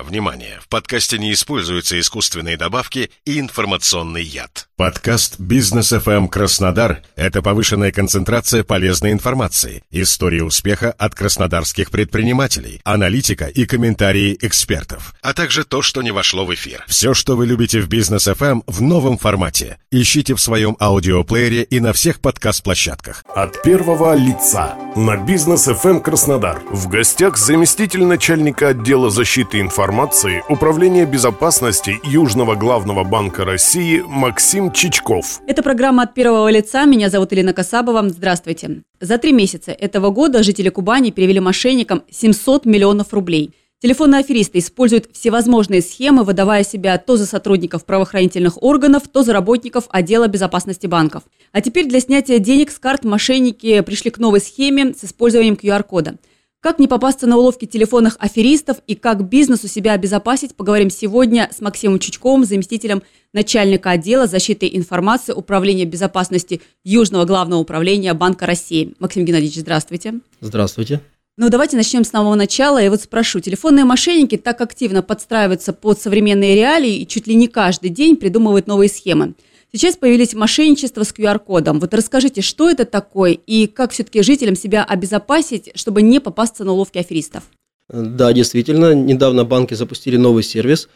Внимание! В подкасте не используются искусственные добавки и информационный яд. Подкаст «Бизнес FM Краснодар» — это повышенная концентрация полезной информации, истории успеха от краснодарских предпринимателей, аналитика и комментарии экспертов, А также то, что не вошло в эфир. Все, что вы любите в «Бизнес FM» в новом формате. Ищите в своем аудиоплеере и на всех подкаст-площадках. От первого лица на «Бизнес FM Краснодар». В гостях заместитель начальника отдела защиты информации Управления безопасности Южного главного банка России Максим Чичков. Это программа «От первого лица». Меня зовут Елена Касабова. Здравствуйте. За 3 месяца этого года жители Кубани перевели мошенникам 700 миллионов рублей. Телефонные аферисты используют всевозможные схемы, выдавая себя то за сотрудников правоохранительных органов, то за работников отдела безопасности банков. А теперь для снятия денег с карт мошенники пришли к новой схеме с использованием QR-кода. Как не попасться на уловки телефонных аферистов и как бизнесу себя обезопасить, поговорим сегодня с Максимом Чичковым, заместителем начальника отдела защиты информации Управления безопасности Южного главного управления Банка России. Максим Геннадьевич, здравствуйте. Здравствуйте. Ну, давайте начнем с самого начала. Я вот спрошу, телефонные мошенники так активно подстраиваются под современные реалии и чуть ли не каждый день придумывают новые схемы. Сейчас появились мошенничества с QR-кодом. Вот расскажите, что это такое и как все-таки жителям себя обезопасить, чтобы не попасться на уловки аферистов? Да, действительно, недавно банки запустили новый сервис.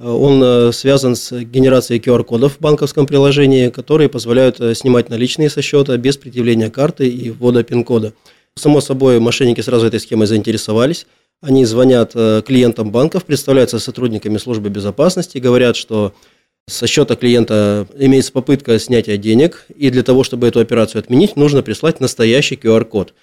Он связан с генерацией QR-кодов в банковском приложении, которые позволяют снимать наличные со счета без предъявления карты и ввода пин-кода. Само собой, мошенники сразу этой схемой заинтересовались. Они звонят клиентам банков, представляются сотрудниками службы безопасности и говорят, что со счета клиента имеется попытка снятия денег, и для того, чтобы эту операцию отменить, нужно прислать настоящий QR-код.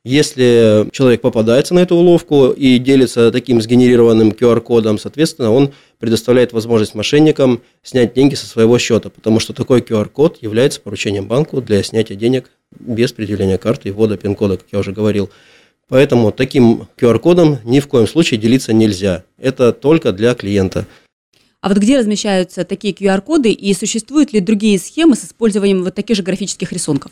Если человек попадается на эту уловку и делится таким сгенерированным QR-кодом, соответственно, он предоставляет возможность мошенникам снять деньги со своего счета, потому что такой QR-код является поручением банку для снятия денег без предъявления карты и ввода пин-кода, как я уже говорил. Поэтому таким QR-кодом ни в коем случае делиться нельзя. Это только для клиента. А вот где размещаются такие QR-коды и существуют ли другие схемы с использованием вот таких же графических рисунков?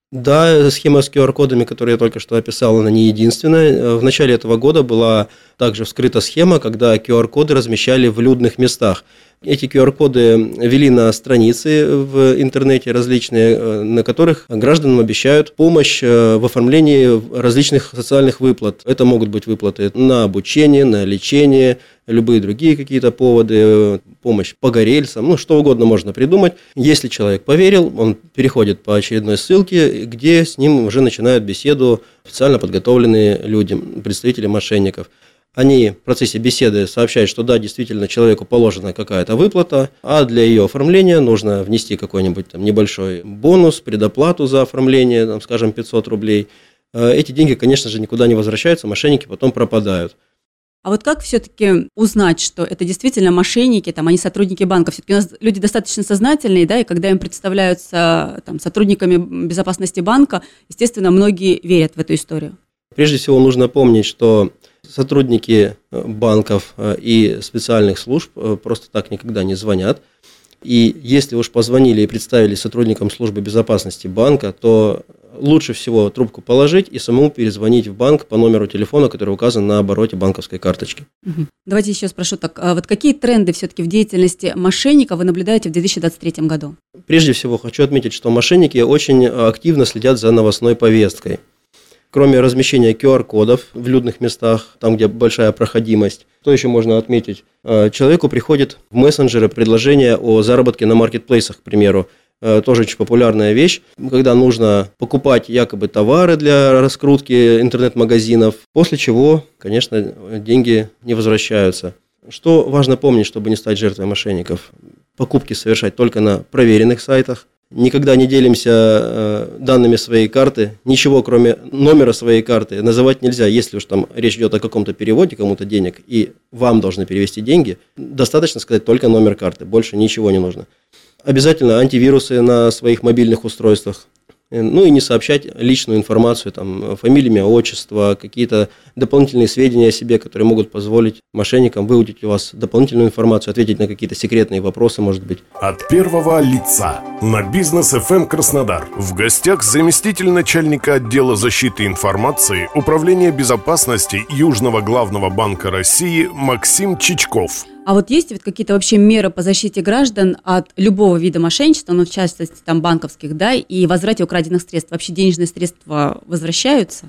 Да, схема с QR-кодами, которую я только что описал, она не единственная. В начале этого года была также вскрыта схема, когда QR-коды размещали в людных местах. Эти QR-коды вели на страницы в интернете различные, на которых гражданам обещают помощь в оформлении различных социальных выплат. Это могут быть выплаты на обучение, на лечение, любые другие какие-то поводы, помощь погорельцам, что угодно можно придумать. Если человек поверил, он переходит по очередной ссылке, где с ним уже начинают беседу специально подготовленные люди, представители мошенников. Они в процессе беседы сообщают, что да, действительно, человеку положена какая-то выплата, а для ее оформления нужно внести какой-нибудь небольшой бонус, предоплату за оформление, скажем, 500 рублей. Эти деньги, конечно же, никуда не возвращаются, мошенники потом пропадают. А вот как все-таки узнать, что это действительно мошенники, они сотрудники банка? Все-таки у нас люди достаточно сознательные, да, и когда им представляются сотрудниками безопасности банка, естественно, многие верят в эту историю. Прежде всего нужно помнить, что сотрудники банков и специальных служб просто так никогда не звонят. И если уж позвонили и представили сотрудникам службы безопасности банка, то лучше всего трубку положить и самому перезвонить в банк по номеру телефона, который указан на обороте банковской карточки. Давайте еще спрошу так, а вот какие тренды все-таки в деятельности мошенников вы наблюдаете в 2023 году? Прежде всего хочу отметить, что мошенники очень активно следят за новостной повесткой. Кроме размещения QR-кодов в людных местах, там, где большая проходимость, что еще можно отметить? Человеку приходит в мессенджеры предложение о заработке на маркетплейсах, к примеру. Тоже очень популярная вещь, когда нужно покупать якобы товары для раскрутки интернет-магазинов, после чего, конечно, деньги не возвращаются. Что важно помнить, чтобы не стать жертвой мошенников? Покупки совершать только на проверенных сайтах. Никогда не делимся данными своей карты, ничего кроме номера своей карты называть нельзя. Если уж там речь идет о каком-то переводе кому-то денег, и вам должны перевести деньги, достаточно сказать только номер карты, больше ничего не нужно. Обязательно антивирусы на своих мобильных устройствах. Ну и не сообщать личную информацию, там, фамилию, имя, отчество, какие-то дополнительные сведения о себе, которые могут позволить мошенникам выудить у вас дополнительную информацию, ответить на какие-то секретные вопросы, может быть. От первого лица на Бизнес ФМ Краснодар. В гостях заместитель начальника отдела защиты информации Управления безопасности Южного главного банка России Максим Чичков. А вот есть какие-то вообще меры по защите граждан от любого вида мошенничества, ну, в частности, там, банковских, да, и возврате украденных средств? Вообще денежные средства возвращаются?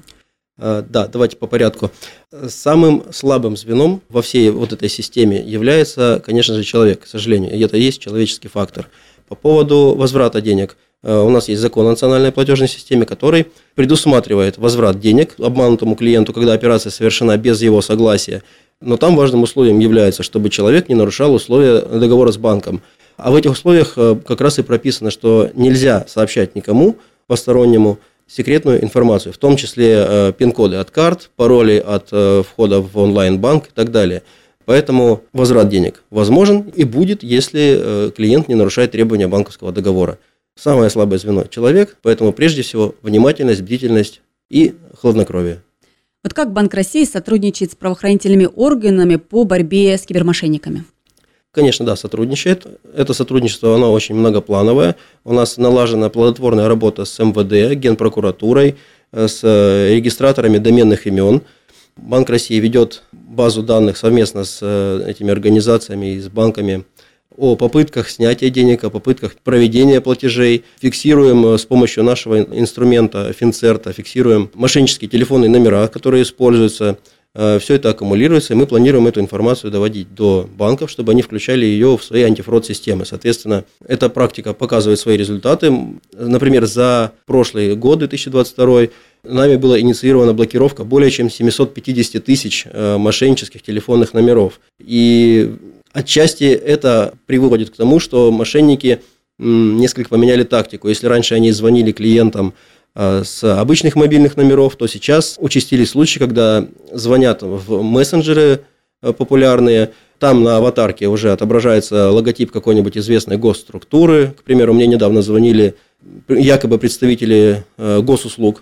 Да, давайте по порядку. Самым слабым звеном во всей вот этой системе является, конечно же, человек, к сожалению. И это и есть человеческий фактор. По поводу возврата денег. У нас есть закон о национальной платежной системе, который предусматривает возврат денег обманутому клиенту, когда операция совершена без его согласия. Но там важным условием является, чтобы человек не нарушал условия договора с банком. А в этих условиях как раз и прописано, что нельзя сообщать никому постороннему секретную информацию, в том числе пин-коды от карт, пароли от входа в онлайн-банк и так далее. Поэтому возврат денег возможен и будет, если клиент не нарушает требования банковского договора. Самое слабое звено – человек, поэтому прежде всего внимательность, бдительность и хладнокровие. Вот как Банк России сотрудничает с правоохранительными органами по борьбе с кибермошенниками? Конечно, да, сотрудничает. Это сотрудничество, оно очень многоплановое. У нас налажена плодотворная работа с МВД, Генпрокуратурой, с регистраторами доменных имен. Банк России ведет базу данных совместно с этими организациями и с банками о попытках снятия денег, о попытках проведения платежей. Фиксируем с помощью нашего инструмента Финцерта, фиксируем мошеннические телефонные номера, которые используются. Все это аккумулируется, и мы планируем эту информацию доводить до банков, чтобы они включали ее в свои антифрод-системы. Соответственно, эта практика показывает свои результаты. Например, за прошлый год, 2022, нами была инициирована блокировка более чем 750 тысяч мошеннических телефонных номеров. И отчасти это приводит к тому, что мошенники несколько поменяли тактику. Если раньше они звонили клиентам с обычных мобильных номеров, то сейчас участились случаи, когда звонят в мессенджеры популярные, там на аватарке уже отображается логотип какой-нибудь известной госструктуры. К примеру, мне недавно звонили якобы представители госуслуг,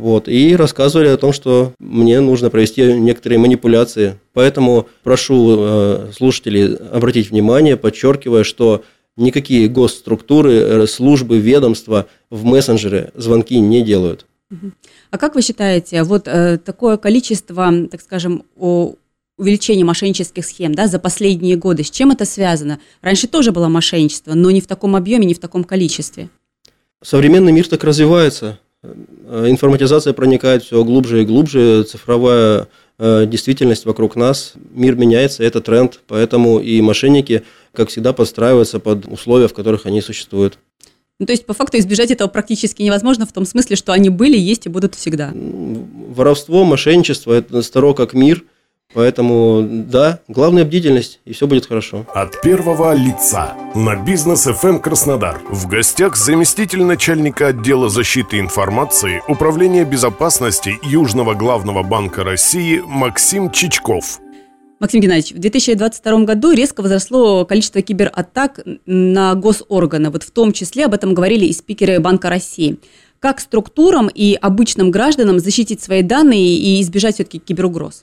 и рассказывали о том, что мне нужно провести некоторые манипуляции. Поэтому прошу слушателей обратить внимание, подчеркивая, что никакие госструктуры, службы, ведомства в мессенджеры звонки не делают. А как вы считаете, вот такое количество, так скажем, увеличения мошеннических схем, да, за последние годы, с чем это связано? Раньше тоже было мошенничество, но не в таком объеме, не в таком количестве. Современный мир так развивается. Информатизация проникает все глубже и глубже, цифровая действительность вокруг нас, мир меняется, это тренд, поэтому и мошенники, как всегда, подстраиваются под условия, в которых они существуют. Ну, то есть, по факту, избежать этого практически невозможно в том смысле, что они были, есть и будут всегда. Воровство, мошенничество – это старо как мир, поэтому, да, главная бдительность, и все будет хорошо. От первого лица на Бизнес ФМ Краснодар. В гостях заместитель начальника отдела защиты информации Управления безопасности Южного главного банка России Максим Чичков. Максим Геннадьевич, в 2022 году резко возросло количество кибератак на госорганы. Вот в том числе об этом говорили и спикеры Банка России. Как структурам и обычным гражданам защитить свои данные и избежать все-таки киберугроз?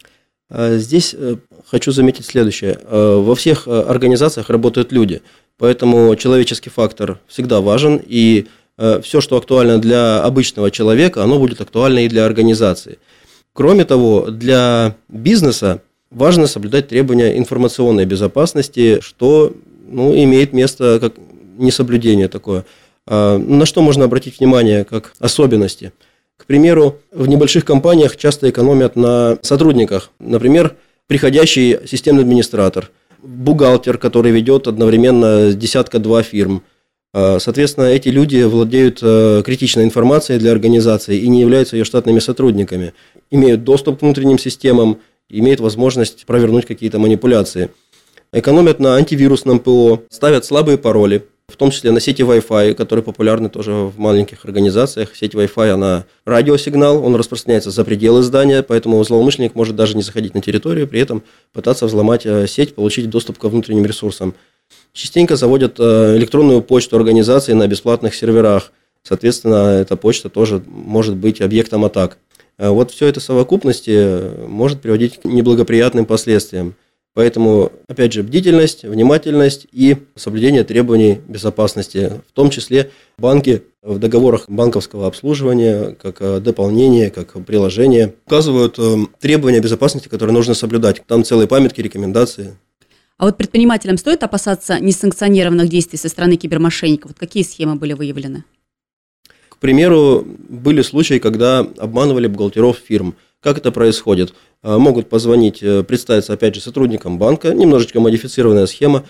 Здесь хочу заметить следующее. Во всех организациях работают люди, поэтому человеческий фактор всегда важен, и все, что актуально для обычного человека, оно будет актуально и для организации. Кроме того, для бизнеса важно соблюдать требования информационной безопасности, что имеет место как несоблюдение такое. На что можно обратить внимание как особенности? К примеру, в небольших компаниях часто экономят на сотрудниках. Например, приходящий системный администратор, бухгалтер, который ведет одновременно десятка-два фирм. Соответственно, эти люди владеют критичной информацией для организации и не являются ее штатными сотрудниками. Имеют доступ к внутренним системам, имеют возможность провернуть какие-то манипуляции. Экономят на антивирусном ПО, ставят слабые пароли, в том числе на сети Wi-Fi, которые популярны тоже в маленьких организациях. Сеть Wi-Fi, она радиосигнал, он распространяется за пределы здания, поэтому злоумышленник может даже не заходить на территорию, при этом пытаться взломать сеть, получить доступ ко внутренним ресурсам. Частенько заводят электронную почту организации на бесплатных серверах. соответственно, эта почта тоже может быть объектом атак. Вот все это в совокупности может приводить к неблагоприятным последствиям. Поэтому, опять же, бдительность, внимательность и соблюдение требований безопасности, в том числе банки в договорах банковского обслуживания, как дополнение, как приложение, указывают требования безопасности, которые нужно соблюдать. Там целые памятки, рекомендации. А вот предпринимателям стоит опасаться несанкционированных действий со стороны кибермошенников? Вот какие схемы были выявлены? К примеру, были случаи, когда обманывали бухгалтеров фирм. Как это происходит? Могут позвонить, представиться, опять же, сотрудникам банка, немножечко модифицированная схема,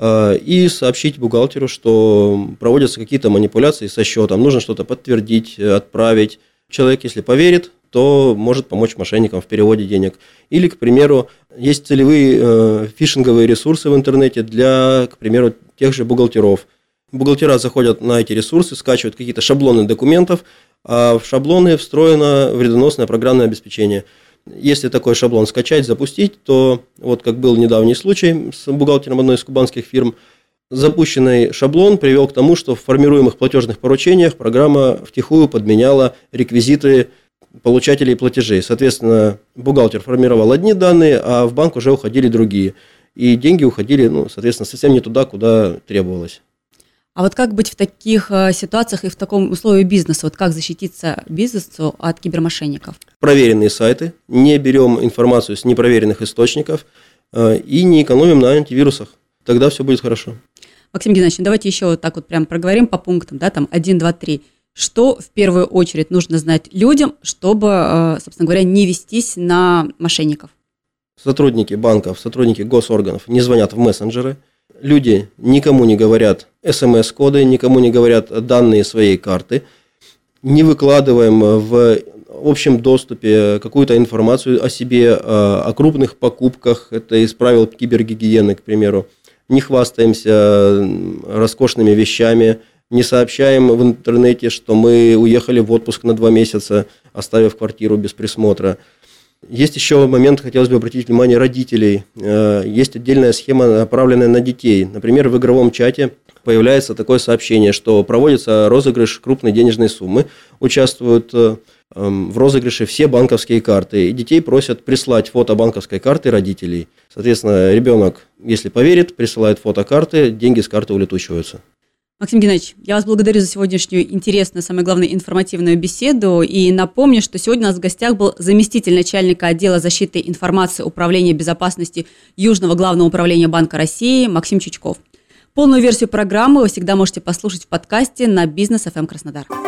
и сообщить бухгалтеру, что проводятся какие-то манипуляции со счетом, нужно что-то подтвердить, отправить. Человек, если поверит, то может помочь мошенникам в переводе денег. Или, к примеру, есть целевые фишинговые ресурсы в интернете для, к примеру, тех же бухгалтеров. Бухгалтера заходят на эти ресурсы, скачивают какие-то шаблоны документов, а в шаблоны встроено вредоносное программное обеспечение. Если такой шаблон скачать, запустить, то вот как был недавний случай с бухгалтером одной из кубанских фирм, запущенный шаблон привел к тому, что в формируемых платежных поручениях программа втихую подменяла реквизиты получателей платежей. Соответственно, бухгалтер формировал одни данные, а в банк уже уходили другие. И деньги уходили, соответственно, совсем не туда, куда требовалось. А вот как быть в таких ситуациях и в таком условии бизнеса? Вот как защититься бизнесу от кибермошенников? Проверенные сайты, не берем информацию с непроверенных источников и не экономим на антивирусах. Тогда все будет хорошо. Максим Геннадьевич, давайте еще вот так вот прям проговорим по пунктам, да, там 1, 2, 3. Что в первую очередь нужно знать людям, чтобы, собственно говоря, не вестись на мошенников? Сотрудники банков, сотрудники госорганов не звонят в мессенджеры. Люди никому не говорят СМС-коды, никому не говорят данные своей карты. Не выкладываем в общем доступе какую-то информацию о себе, о крупных покупках. Это из правил кибергигиены, к примеру. Не хвастаемся роскошными вещами. Не сообщаем в интернете, что мы уехали в отпуск на 2 месяца, оставив квартиру без присмотра. Есть еще момент, хотелось бы обратить внимание родителей. Есть отдельная схема, направленная на детей. Например, в игровом чате появляется такое сообщение, что проводится розыгрыш крупной денежной суммы. Участвуют в розыгрыше все банковские карты. И детей просят прислать фото банковской карты родителей. Соответственно, ребенок, если поверит, присылает фото карты, деньги с карты улетучиваются. Максим Геннадьевич, я вас благодарю за сегодняшнюю интересную, самое главное, информативную беседу. И напомню, что сегодня у нас в гостях был заместитель начальника отдела защиты информации Управления безопасности Южного главного управления Банка России Максим Чучков. Полную версию программы вы всегда можете послушать в подкасте на Бизнес ФМ Краснодар.